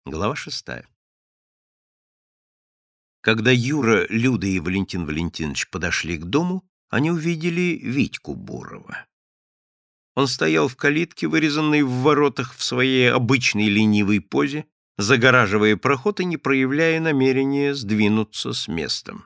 Глава 6. Когда Юра, Люда и Валентин Валентинович подошли к дому, они увидели Витьку Бурова. Он стоял в калитке, вырезанной в воротах, в своей обычной ленивой позе, загораживая проход и не проявляя намерения сдвинуться с местом.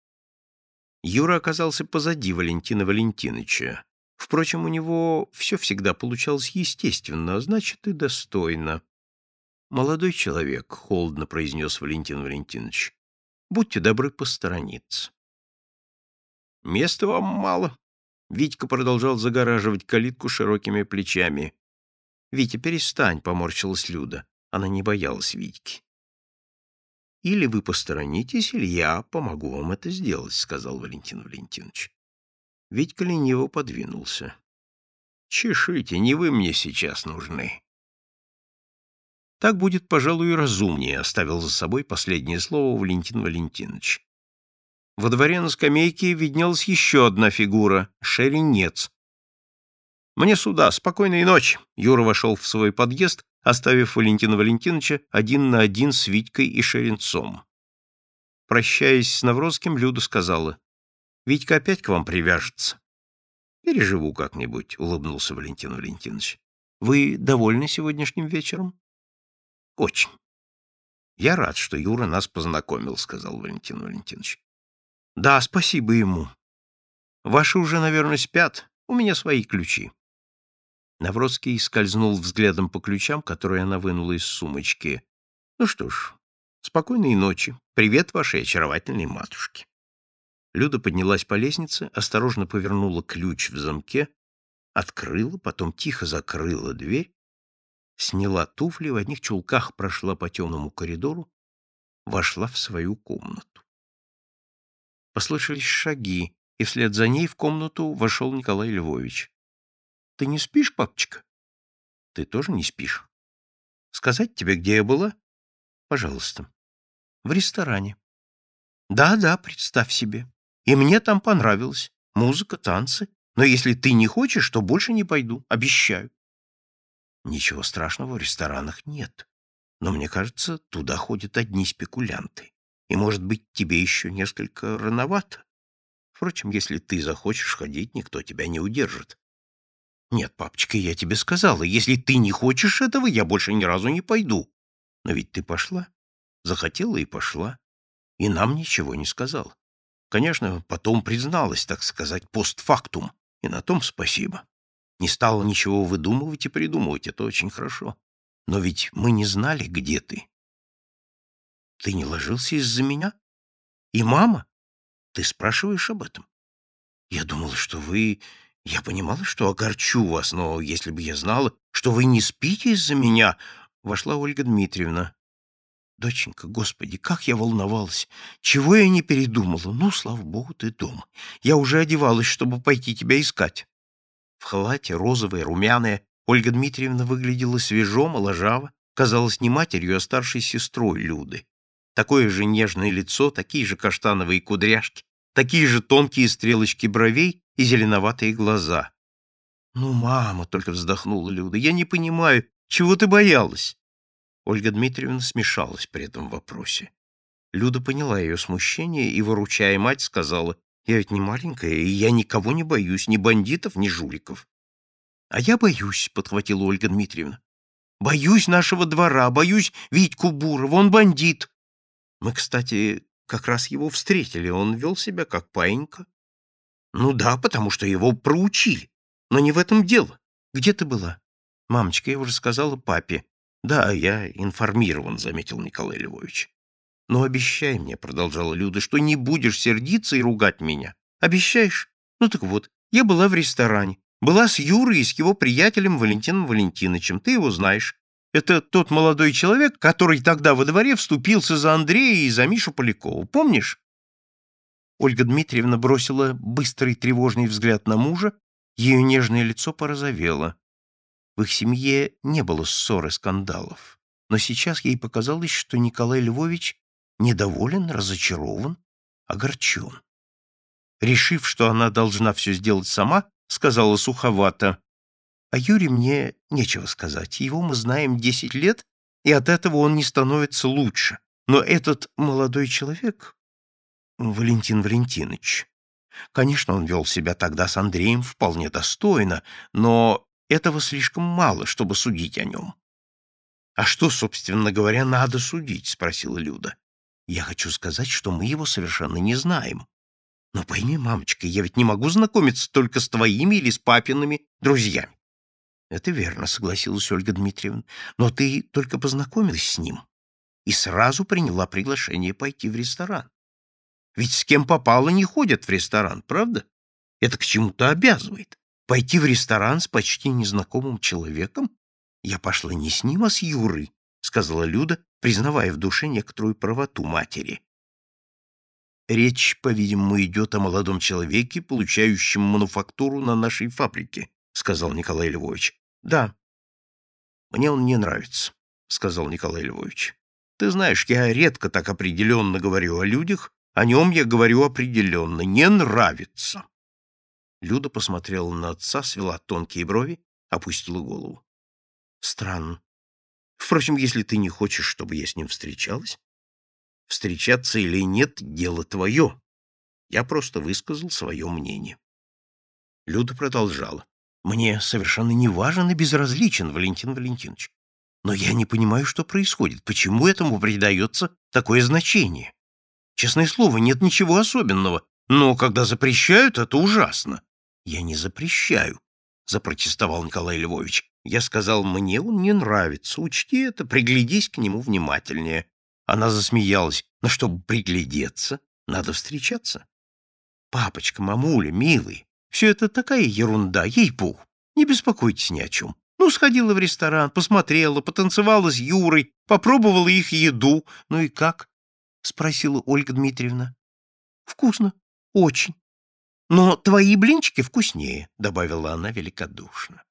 Юра оказался позади Валентина Валентиновича. Впрочем, у него все всегда получалось естественно, а значит и достойно. «Молодой человек», — холодно произнес Валентин Валентинович, — «будьте добры посторониться». «Места вам мало», — Витька продолжал загораживать калитку широкими плечами. «Витя, перестань», — поморщилась Люда. Она не боялась Витьки. «Или вы посторонитесь, или я помогу вам это сделать», — сказал Валентин Валентинович. Витька лениво подвинулся. «Чешите, не вы мне сейчас нужны». «Так будет, пожалуй, разумнее», — оставил за собой последнее слово Валентин Валентинович. Во дворе на скамейке виднелась еще одна фигура — Шеренец. «Мне сюда, спокойной ночи!» Юра вошел в свой подъезд, оставив Валентина Валентиновича один на один с Витькой и Шеренцом. Прощаясь с Навродским, Люда сказала: «Витька опять к вам привяжется». «Переживу как-нибудь», — улыбнулся Валентин Валентинович. «Вы довольны сегодняшним вечером?» «Очень. Я рад, что Юра нас познакомил», — сказал Валентин Валентинович. «Да, спасибо ему. Ваши уже, наверное, спят. У меня свои ключи». Навродский скользнул взглядом по ключам, которые она вынула из сумочки. «Ну что ж, спокойной ночи. Привет вашей очаровательной матушке». Люда поднялась по лестнице, осторожно повернула ключ в замке, открыла, потом тихо закрыла дверь, сняла туфли, в одних чулках прошла по темному коридору, вошла в свою комнату. Послышались шаги, и вслед за ней в комнату вошел Николай Львович. — Ты не спишь, папочка? — Ты тоже не спишь. — Сказать тебе, где я была? — Пожалуйста. — В ресторане. — Да, представь себе. И мне там понравилось. Музыка, танцы. Но если ты не хочешь, то больше не пойду. Обещаю. Ничего страшного в ресторанах нет. Но мне кажется, туда ходят одни спекулянты. И, может быть, тебе еще несколько рановато. Впрочем, если ты захочешь ходить, никто тебя не удержит. Нет, папочка, я тебе сказала, если ты не хочешь этого, я больше ни разу не пойду. Но ведь ты пошла. Захотела и пошла. И нам ничего не сказала. Конечно, потом призналась, так сказать, постфактум. И на том спасибо. Не стала ничего выдумывать и придумывать. Это очень хорошо. Но ведь мы не знали, где ты. Ты не ложился из-за меня? И мама? Ты спрашиваешь об этом? Я думала, что вы... Я понимала, что огорчу вас, но если бы я знала, что вы не спите из-за меня... Вошла Ольга Дмитриевна. Доченька, господи, как я волновалась! Чего я не передумала? Ну, слава богу, ты дома. Я уже одевалась, чтобы пойти тебя искать. В халате, розовая, румяная, Ольга Дмитриевна выглядела свежо, моложаво, казалась не матерью, а старшей сестрой Люды. Такое же нежное лицо, такие же каштановые кудряшки, такие же тонкие стрелочки бровей и зеленоватые глаза. «Ну, мама!» — только вздохнула Люда. «Я не понимаю, чего ты боялась?» Ольга Дмитриевна смешалась при этом вопросе. Люда поняла ее смущение и, выручая мать, сказала: «Я ведь не маленькая, и я никого не боюсь, ни бандитов, ни жуликов». «А я боюсь», — подхватила Ольга Дмитриевна. «Боюсь нашего двора, боюсь Витьку Бурова, он бандит». Мы, кстати, как раз его встретили, он вел себя как паинька. Ну да, потому что его проучили. Но не в этом дело. Где ты была? Мамочка, я уже сказала папе. Да, я информирован, заметил Николай Львович. Но обещай мне, продолжала Люда, что не будешь сердиться и ругать меня. Обещаешь? Ну так вот, я была в ресторане. Была с Юрой и с его приятелем Валентином Валентиновичем. Ты его знаешь. Это тот молодой человек, который тогда во дворе вступился за Андрея и за Мишу Полякова. Помнишь? Ольга Дмитриевна бросила быстрый тревожный взгляд на мужа, ее нежное лицо порозовело. В их семье не было ссор и скандалов, но сейчас ей показалось, что Николай Львович недоволен, разочарован, огорчен. Решив, что она должна все сделать сама, сказала суховато: «О Юре мне нечего сказать. Его мы знаем 10 лет, и от этого он не становится лучше. Но этот молодой человек, Валентин Валентинович, конечно, он вел себя тогда с Андреем вполне достойно, но этого слишком мало, чтобы судить о нем. — А что, собственно говоря, надо судить? — спросила Люда. — Я хочу сказать, что мы его совершенно не знаем. Но пойми, мамочка, я ведь не могу знакомиться только с твоими или с папиными друзьями. — Это верно, — согласилась Ольга Дмитриевна. — Но ты только познакомилась с ним и сразу приняла приглашение пойти в ресторан. Ведь с кем попало не ходят в ресторан, правда? Это к чему-то обязывает. Пойти в ресторан с почти незнакомым человеком? Я пошла не с ним, а с Юрой, — сказала Люда, признавая в душе некоторую правоту матери. Речь, по-видимому, идет о молодом человеке, получающем мануфактуру на нашей фабрике, — сказал Николай Львович. — Да. — Мне он не нравится, — сказал Николай Львович. — Ты знаешь, я редко так определенно говорю о людях, о нем я говорю определенно. Не нравится. Люда посмотрела на отца, свела тонкие брови, опустила голову. — Странно. Впрочем, если ты не хочешь, чтобы я с ним встречалась, встречаться или нет — дело твое. Я просто высказал свое мнение. Люда продолжала. Мне совершенно не важен и безразличен Валентин Валентинович. Но я не понимаю, что происходит, почему этому придается такое значение. Честное слово, нет ничего особенного, но когда запрещают, это ужасно. Я не запрещаю, запротестовал Николай Львович. Я сказал, мне он не нравится, учти это, приглядись к нему внимательнее. Она засмеялась. Но чтобы приглядеться, надо встречаться. Папочка, мамуля, милый, все это такая ерунда, ей-богу. Не беспокойтесь ни о чем. Ну, сходила в ресторан, посмотрела, потанцевала с Юрой, попробовала их еду. Ну и как? — спросила Ольга Дмитриевна. — Вкусно. Очень. Но твои блинчики вкуснее, — добавила она великодушно.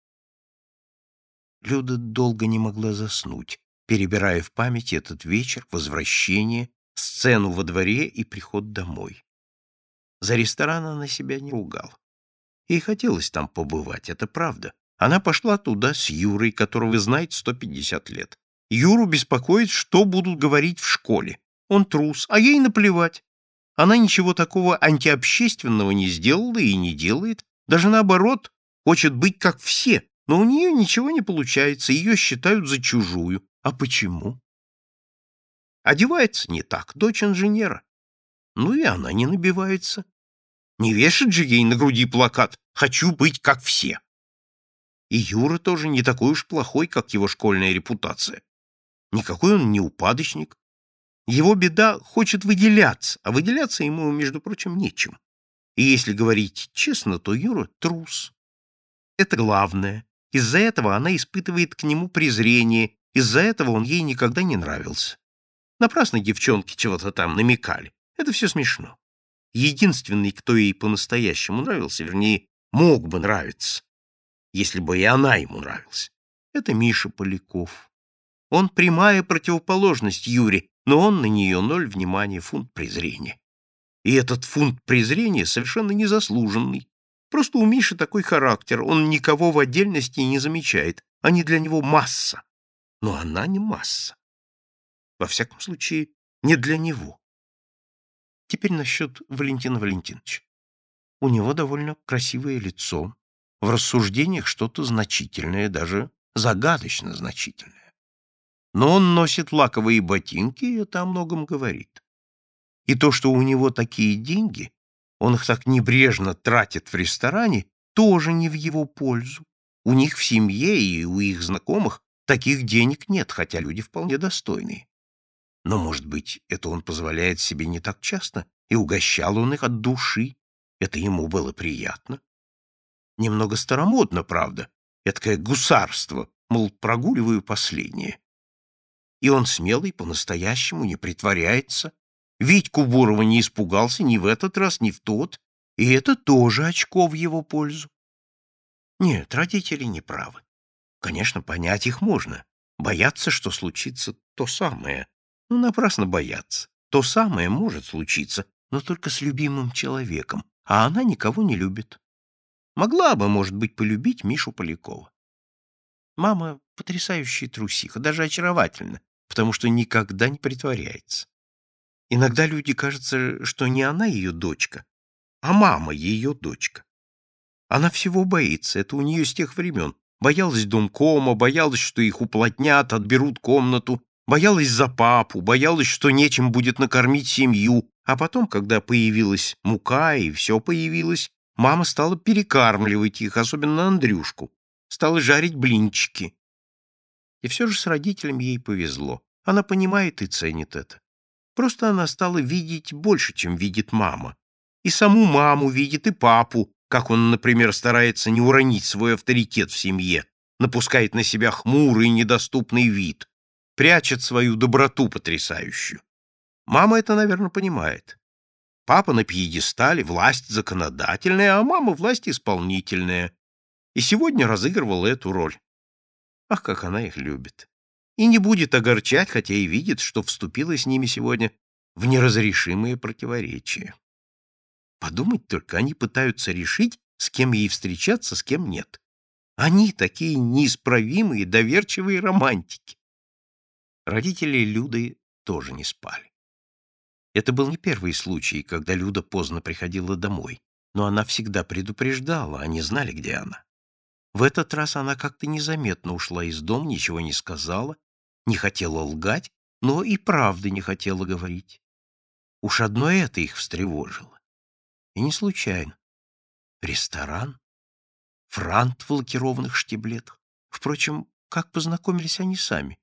Люда долго не могла заснуть, перебирая в памяти этот вечер, возвращение, сцену во дворе и приход домой. За ресторан она себя не ругала. Ей хотелось там побывать, это правда. Она пошла туда с Юрой, которого знает 150 лет. Юру беспокоит, что будут говорить в школе. Он трус, а ей наплевать. Она ничего такого антиобщественного не сделала и не делает. Даже наоборот, хочет быть как все, но у нее ничего не получается, ее считают за чужую. А почему? Одевается не так, дочь инженера. Ну и она не набивается. Не вешать же ей на груди плакат «Хочу быть как все». И Юра тоже не такой уж плохой, как его школьная репутация. Никакой он не упадочник. Его беда — хочет выделяться, а выделяться ему, между прочим, нечем. И если говорить честно, то Юра — трус. Это главное. Из-за этого она испытывает к нему презрение, из-за этого он ей никогда не нравился. Напрасно девчонки чего-то там намекали. Это все смешно. Единственный, кто ей по-настоящему нравился, вернее, мог бы нравиться, если бы и она ему нравилась, это Миша Поляков. Он прямая противоположность Юре, но он на нее 0 внимания, фунт презрения. И этот фунт презрения совершенно незаслуженный. Просто у Миши такой характер, он никого в отдельности не замечает, они для него масса. Но она не масса. Во всяком случае, не для него. Теперь насчет Валентина Валентиновича. У него довольно красивое лицо, в рассуждениях что-то значительное, даже загадочно значительное. Но он носит лаковые ботинки, и это о многом говорит. И то, что у него такие деньги, он их так небрежно тратит в ресторане, тоже не в его пользу. У них в семье и у их знакомых таких денег нет, хотя люди вполне достойные. Но, может быть, это он позволяет себе не так часто, и угощал он их от души. Это ему было приятно. Немного старомодно, правда, эдакое гусарство, мол, прогуливаю последнее. И он смелый, по-настоящему, не притворяется. Витьку Бурова не испугался ни в этот раз, ни в тот, и это тоже очко в его пользу. Нет, родители не правы. Конечно, понять их можно. Бояться, что случится то самое. Ну, напрасно бояться. То самое может случиться, но только с любимым человеком, а она никого не любит. Могла бы, может быть, полюбить Мишу Полякова. Мама потрясающая трусиха, даже очаровательна, потому что никогда не притворяется. Иногда люди кажется, что не она ее дочка, а мама ее дочка. Она всего боится, это у нее с тех времен. Боялась домкома, боялась, что их уплотнят, отберут комнату, боялась за папу, боялась, что нечем будет накормить семью. А потом, когда появилась мука и все появилось, мама стала перекармливать их, особенно Андрюшку, стала жарить блинчики. И все же с родителями ей повезло. Она понимает и ценит это. Просто она стала видеть больше, чем видит мама. И саму маму видит, и папу, как он, например, старается не уронить свой авторитет в семье, напускает на себя хмурый и недоступный вид, прячет свою доброту потрясающую. Мама это, наверное, понимает. Папа на пьедестале, власть законодательная, а мама власть исполнительная. И сегодня разыгрывала эту роль. Ах, как она их любит. И не будет огорчать, хотя и видит, что вступила с ними сегодня в неразрешимые противоречия. Подумать только, они пытаются решить, с кем ей встречаться, с кем нет. Они такие неисправимые, доверчивые романтики. Родители Люды тоже не спали. Это был не первый случай, когда Люда поздно приходила домой, но она всегда предупреждала, они знали, где она. В этот раз она как-то незаметно ушла из дома, ничего не сказала, не хотела лгать, но и правды не хотела говорить. Уж одно это их встревожило. И не случайно. Ресторан? Франт в лакированных штиблетах. Впрочем, как познакомились они сами?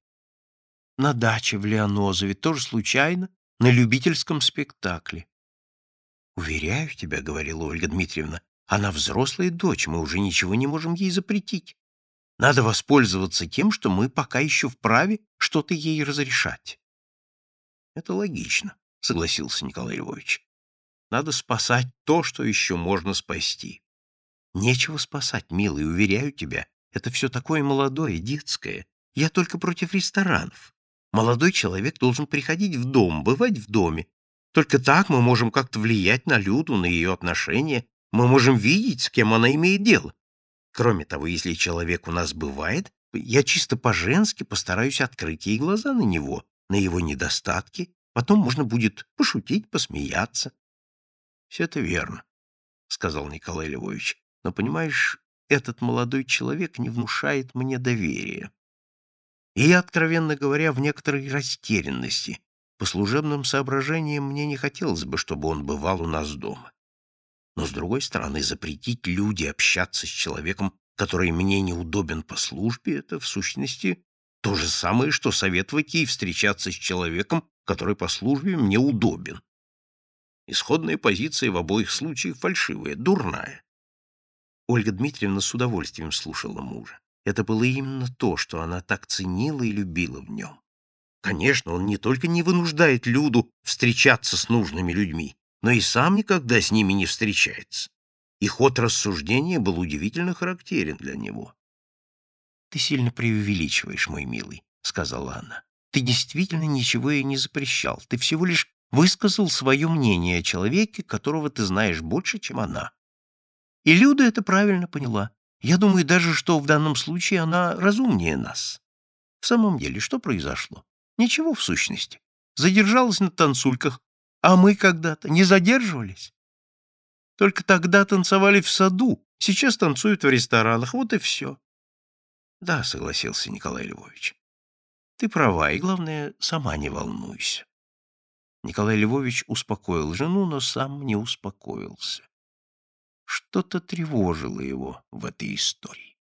На даче в Лианозове, тоже случайно, на любительском спектакле. «Уверяю тебя, — говорила Ольга Дмитриевна, — она взрослая дочь, мы уже ничего не можем ей запретить. Надо воспользоваться тем, что мы пока еще вправе что-то ей разрешать». «Это логично», — согласился Николай Львович. «Надо спасать то, что еще можно спасти». «Нечего спасать, милый, уверяю тебя. Это все такое молодое, детское. Я только против ресторанов. Молодой человек должен приходить в дом, бывать в доме. Только так мы можем как-то влиять на Люду, на ее отношения. Мы можем видеть, с кем она имеет дело. Кроме того, если человек у нас бывает, я чисто по-женски постараюсь открыть ей глаза на него, на его недостатки. Потом можно будет пошутить, посмеяться». «Все это верно», — сказал Николай Львович. «Но, понимаешь, этот молодой человек не внушает мне доверия. И я, откровенно говоря, в некоторой растерянности. По служебным соображениям мне не хотелось бы, чтобы он бывал у нас дома. Но, с другой стороны, запретить Люде общаться с человеком, который мне неудобен по службе, это, в сущности, то же самое, что советовать ей встречаться с человеком, который по службе мне удобен. Исходная позиция в обоих случаях фальшивая, дурная». Ольга Дмитриевна с удовольствием слушала мужа. Это было именно то, что она так ценила и любила в нем. Конечно, он не только не вынуждает Люду встречаться с нужными людьми, но и сам никогда с ними не встречается. И ход рассуждения был удивительно характерен для него. «Ты сильно преувеличиваешь, мой милый», — сказала она. «Ты действительно ничего ей не запрещал. Ты всего лишь высказал свое мнение о человеке, которого ты знаешь больше, чем она. И Люда это правильно поняла. Я думаю даже, что в данном случае она разумнее нас. В самом деле, что произошло? Ничего в сущности. Задержалась на танцульках, а мы когда-то не задерживались. Только тогда танцевали в саду, сейчас танцуют в ресторанах, вот и все». «Да», — согласился Николай Львович. «Ты права, и, главное, сама не волнуйся». Николай Львович успокоил жену, но сам не успокоился. Что-то тревожило его в этой истории.